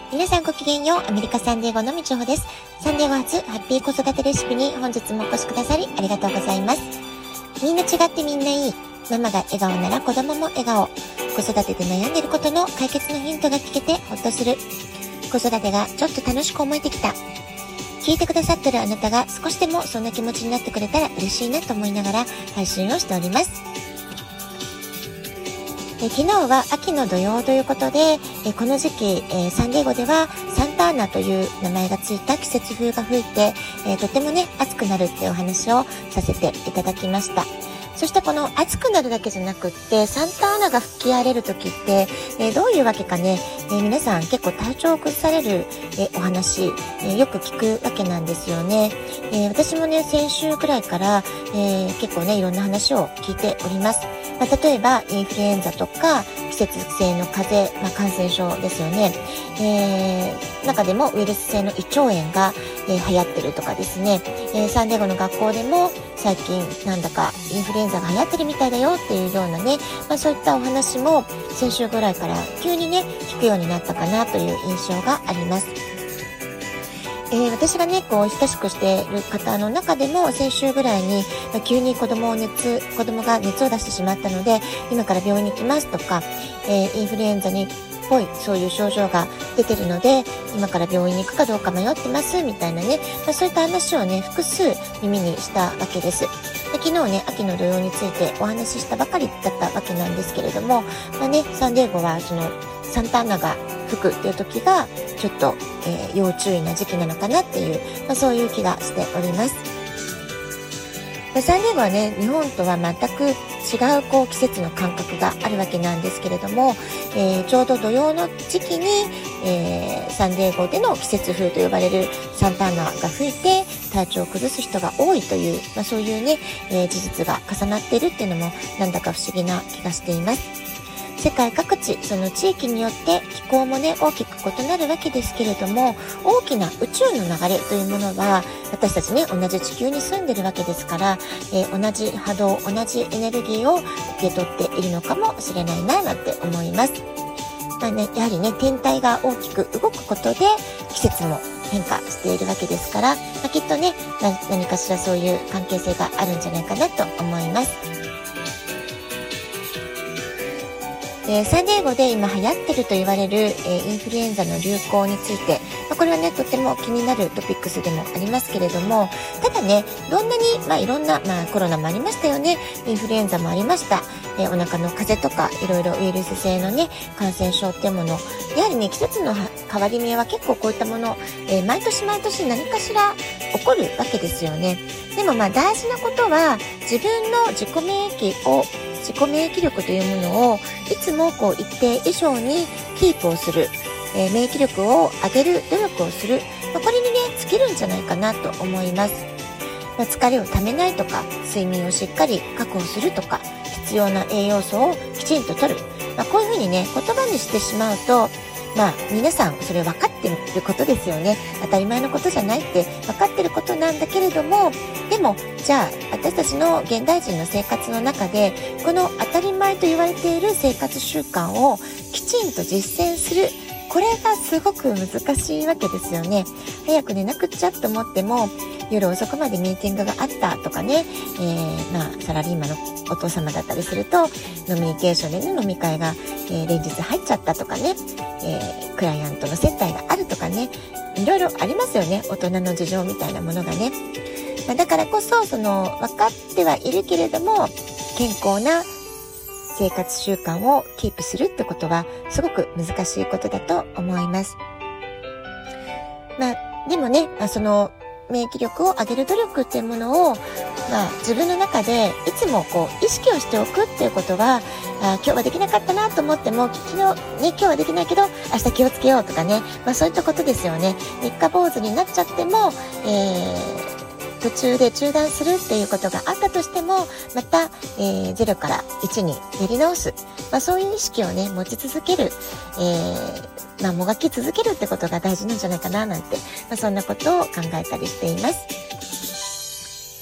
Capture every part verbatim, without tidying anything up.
皆さんごきげんよう。アメリカサンディエゴのみちほです。サンディエゴ発ハッピー子育てレシピに本日もお越しくださりありがとうございます。みんな違ってみんないい。ママが笑顔なら子供も笑顔。子育てで悩んでいることの解決のヒントが聞けてほっとする。子育てがちょっと楽しく思えてきた。聞いてくださってるあなたが少しでもそんな気持ちになってくれたら嬉しいなと思いながら配信をしております。え昨日は秋の土曜ということで、えこの時期、えー、サンディエゴではサンタアナという名前がついた季節風が吹いて、えー、とてもね暑くなるっていうお話をさせていただきました。そしてこの暑くなるだけじゃなくってサンタアナが吹き荒れる時って、えー、どういうわけかね、えー、皆さん結構体調を崩される、えー、お話、えー、よく聞くわけなんですよね。えー、私もね先週くらいから、えー、結構ねいろんな話を聞いております。まあ、例えばインフルエンザとか季節性の風邪、まあ、感染症ですよね。えー、中でもウイルス性の胃腸炎が、えー、流行ってるとかですね、えー、サンディエゴの学校でも最近なんだかインフルエンザが流行ってるみたいだよっていうようなね、まあ、そういったお話も先週ぐらいから急にね聞くようになったかなという印象があります。えー、私がねこう親しくしている方の中でも先週ぐらいに、まあ、急に子供を熱子供が熱を出してしまったので今から病院に行きますとか、えー、インフルエンザにっぽいそういう症状が出てるので今から病院に行くかどうか迷ってますみたいなね、まあ、そういった話をね複数耳にしたわけです。で昨日ね秋の土曜についてお話ししたばかりだったわけなんですけれども、まあね、サンディエゴはそのサンタアナが吹くっていう時がちょっと、えー、要注意な時期なのかなっていう、まあ、そういう気がしております。サンディエゴはね日本とは全く違うこう季節の感覚があるわけなんですけれども、えー、ちょうど土曜の時期に、えー、サンディエゴでの季節風と呼ばれるサンタアナが吹いて体調を崩す人が多いという、まあ、そういうね、えー、事実が重なっているっていうのもなんだか不思議な気がしています。世界各地その地域によって気候もね大きく異なるわけですけれども大きな宇宙の流れというものは私たちね同じ地球に住んでるわけですから、えー、同じ波動同じエネルギーを受け取っているのかもしれないななんて思います。まあね、やはりね天体が大きく動くことで季節も変化しているわけですから、まあ、きっとね何かしらそういう関係性があるんじゃないかなと思います。えー、サンディエゴで今流行ってると言われる、えー、インフルエンザの流行について、まあ、これはねとても気になるトピックスでもありますけれども、ただねどんなに、まあ、いろんな、まあ、コロナもありましたよね、インフルエンザもありました、えー、お腹の風邪とかいろいろウイルス性のね感染症っていうものやはりね季節の変わり目は結構こういったもの、えー、毎年毎年何かしら起こるわけですよね。でもまあ大事なことは自分の自己免疫を自己免疫力というものをいつもこう一定以上にキープをする、えー、免疫力を上げる努力をする、まあ、これにね尽きるんじゃないかなと思います。まあ、疲れをためないとか睡眠をしっかり確保するとか必要な栄養素をきちんと摂る、まあ、こういうふうにね言葉にしてしまうとまあ皆さんそれ分かってることですよね。当たり前のことじゃないって分かってることなんだけれども、でもじゃあ私たちの現代人の生活の中でこの当たり前と言われている生活習慣をきちんと実践する、これがすごく難しいわけですよね。早く寝なくっちゃと思っても夜遅くまでミーティングがあったとかね、えー、まあサラリーマンのお父様だったりするとノミニケーションでね飲み会が、えー、連日入っちゃったとかね、えー、クライアントの接待があるとかね、いろいろありますよね、大人の事情みたいなものがね。まあ、だからこそその分かってはいるけれども健康な生活習慣をキープするってことはすごく難しいことだと思います。まあでもね、まあ、その免疫力を上げる努力っていうものを、まあ、自分の中でいつもこう意識をしておくっていうことは、あ今日はできなかったなと思っても昨日、ね、今日はできないけど明日気をつけようとかね、まあ、そういったことですよね。三日坊主になっちゃっても、えー途中で中断するっていうことがあったとしてもまた、えー、ゼロからいちにやり直す、まあ、そういう意識をね持ち続ける、えーまあ、もがき続けるってことが大事なんじゃないかななんて、まあ、そんなことを考えたりしています。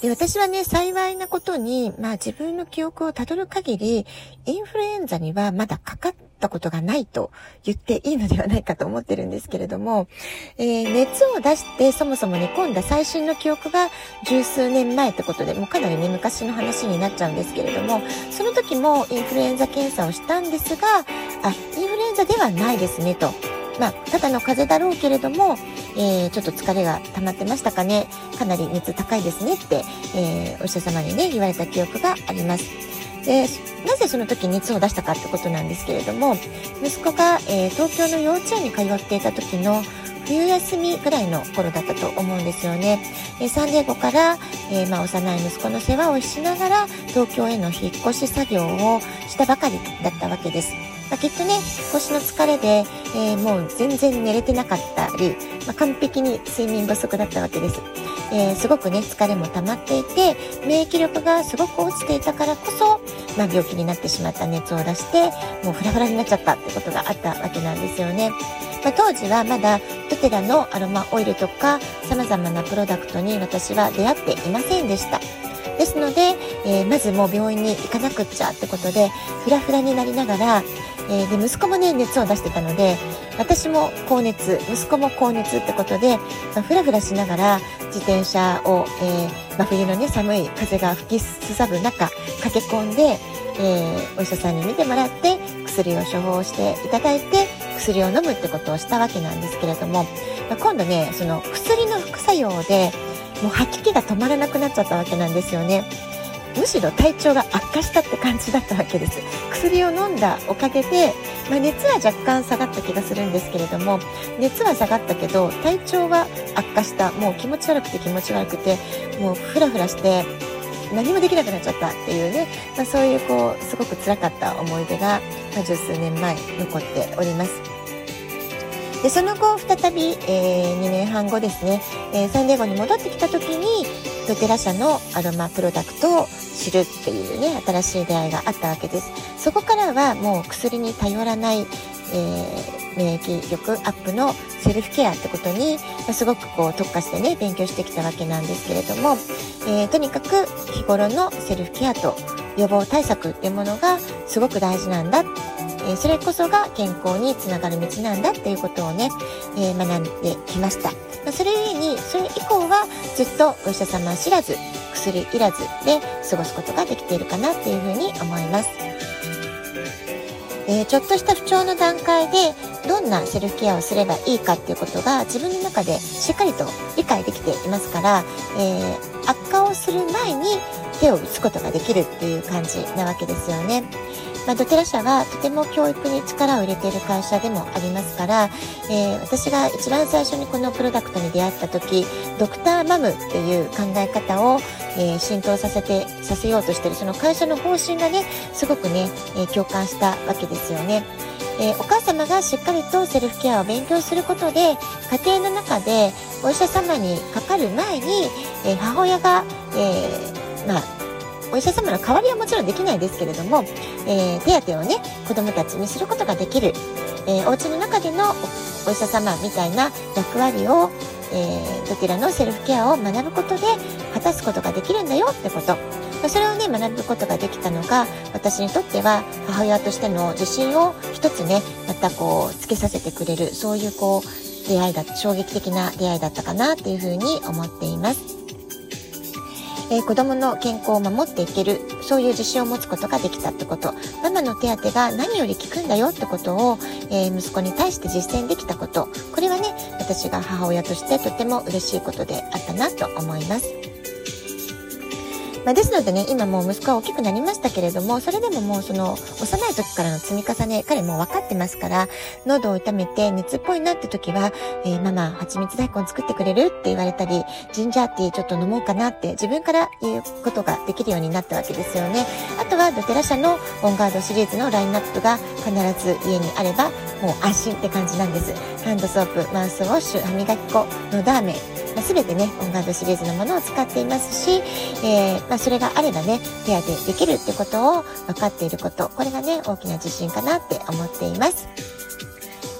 で、私はね、幸いなことに、まあ自分の記憶をたどる限り、インフルエンザにはまだかかったことがないと言っていいのではないかと思ってるんですけれども、えー、熱を出してそもそも寝込んだ最新の記憶が十数年前ってことで、もうかなりね、昔の話になっちゃうんですけれども、その時もインフルエンザ検査をしたんですが、あ、インフルエンザではないですねと。まあ、ただの風邪だろうけれども、えー、ちょっと疲れが溜まってましたかね。かなり熱高いですねって、えー、お医者様にね、言われた記憶があります。で、なぜその時熱を出したかってことなんですけれども、息子が、えー、東京の幼稚園に通っていた時の冬休みぐらいの頃だったと思うんですよね。えサンディエゴから、えーまあ、幼い息子の世話をしながら東京への引っ越し作業をしたばかりだったわけです。まあ、きっとね、引っ越しの疲れで、えー、もう全然寝れてなかったり、まあ、完璧に睡眠不足だったわけです。えー、すごくね、疲れも溜まっていて、免疫力がすごく落ちていたからこそ、まあ、病気になってしまった熱を出して、もうフラフラになっちゃったってことがあったわけなんですよね。まあ、当時はまだドテラのアロマオイルとか様々なプロダクトに私は出会っていませんでした。ですので、えー、まずもう病院に行かなくっちゃってことでフラフラになりながら、えー、で息子もね熱を出してたので、私も高熱、息子も高熱ってことで、まあ、フラフラしながら自転車を、えー、真冬のね寒い風が吹きすさぶ中駆け込んで、えー、お医者さんに見てもらって薬を処方していただいて薬を飲むってことをしたわけなんですけれども、まあ、今度ねその薬の副作用でもう吐き気が止まらなくなっちゃったわけなんですよね。むしろ体調が悪化したって感じだったわけです。薬を飲んだおかげで、まあ、熱は若干下がった気がするんですけれども、熱は下がったけど体調は悪化した。もう気持ち悪くて気持ち悪くてもうフラフラして何もできなくなっちゃったっていうね、まあ、そういうこうすごく辛かった思い出が、まあ、十数年前残っております。でその後再び、えー、にねんはんごですね、えー、サンディエゴに戻ってきた時にドテラ社のアロマプロダクトを知るっていうね新しい出会いがあったわけです。そこからはもう薬に頼らない、えー、免疫力アップのセルフケアってことに、まあ、すごくこう特化してね勉強してきたわけなんですけれども、えー、とにかく日頃のセルフケアと予防対策っていうものがすごく大事なんだ、えー、それこそが健康につながる道なんだっていうことをね、えー、学んできました。まあ、それゆえにそれ以降はずっとお医者様知らず薬いらずで過ごすことができているかなっていうふうに思います。えー、ちょっとした不調の段階でどんなセルフケアをすればいいかっていうことが自分の中でしっかりと理解できていますから、えー、悪化をする前に手を打つことができるっていう感じなわけですよね。まあ、ドテラ社はとても教育に力を入れている会社でもありますから、えー、私が一番最初にこのプロダクトに出会った時ドクターマムっていう考え方を、えー、浸透させてさせようとしているその会社の方針がねすごくね、えー、共感したわけですよね。えー、お母様がしっかりとセルフケアを勉強することで家庭の中でお医者様にかかる前に、えー、母親が、えー、まあお医者様の代わりはもちろんできないですけれども、えー、手当てをね子どもたちにすることができる、えー、お家の中でのお医者様みたいな役割を、えー、どちらのセルフケアを学ぶことで果たすことができるんだよってこと、それをね学ぶことができたのが私にとっては母親としての自信を一つねまたこうつけさせてくれる、そういうこう出会いだ衝撃的な出会いだったかなっていうふうに思っています。えー、子供の健康を守っていける、そういう自信を持つことができたってこと、ママの手当が何より効くんだよってことを、えー、息子に対して実践できたこと、これはね私が母親としてとても嬉しいことであったなと思います。まあ、ですのでね今もう息子は大きくなりましたけれども、それでももうその幼い時からの積み重ね彼も分かってますから、喉を痛めて熱っぽいなって時は、えー、ママ蜂蜜大根作ってくれるって言われたり、ジンジャーティーちょっと飲もうかなって自分から言うことができるようになったわけですよね。あとはドテラ社のオンガードシリーズのラインナップが必ず家にあればもう安心って感じなんです。ハンドソープ、マウスウォッシュ、歯磨き粉、のダーメン、まあ、全てねオンガードシリーズのものを使っていますし、えーまあ、それがあればね手当てできるってことを分かっていること、これがね大きな自信かなって思っています。あ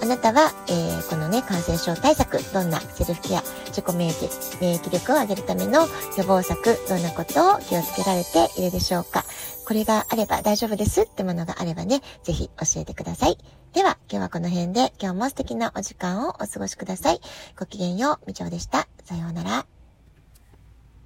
あなたは、えー、このね、感染症対策、どんなセルフケア、自己免疫、免疫力を上げるための予防策、どんなことを気をつけられているでしょうか。これがあれば大丈夫ですってものがあればね、ぜひ教えてください。では、今日はこの辺で、今日も素敵なお時間をお過ごしください。ごきげんよう、みちょうでした。さようなら。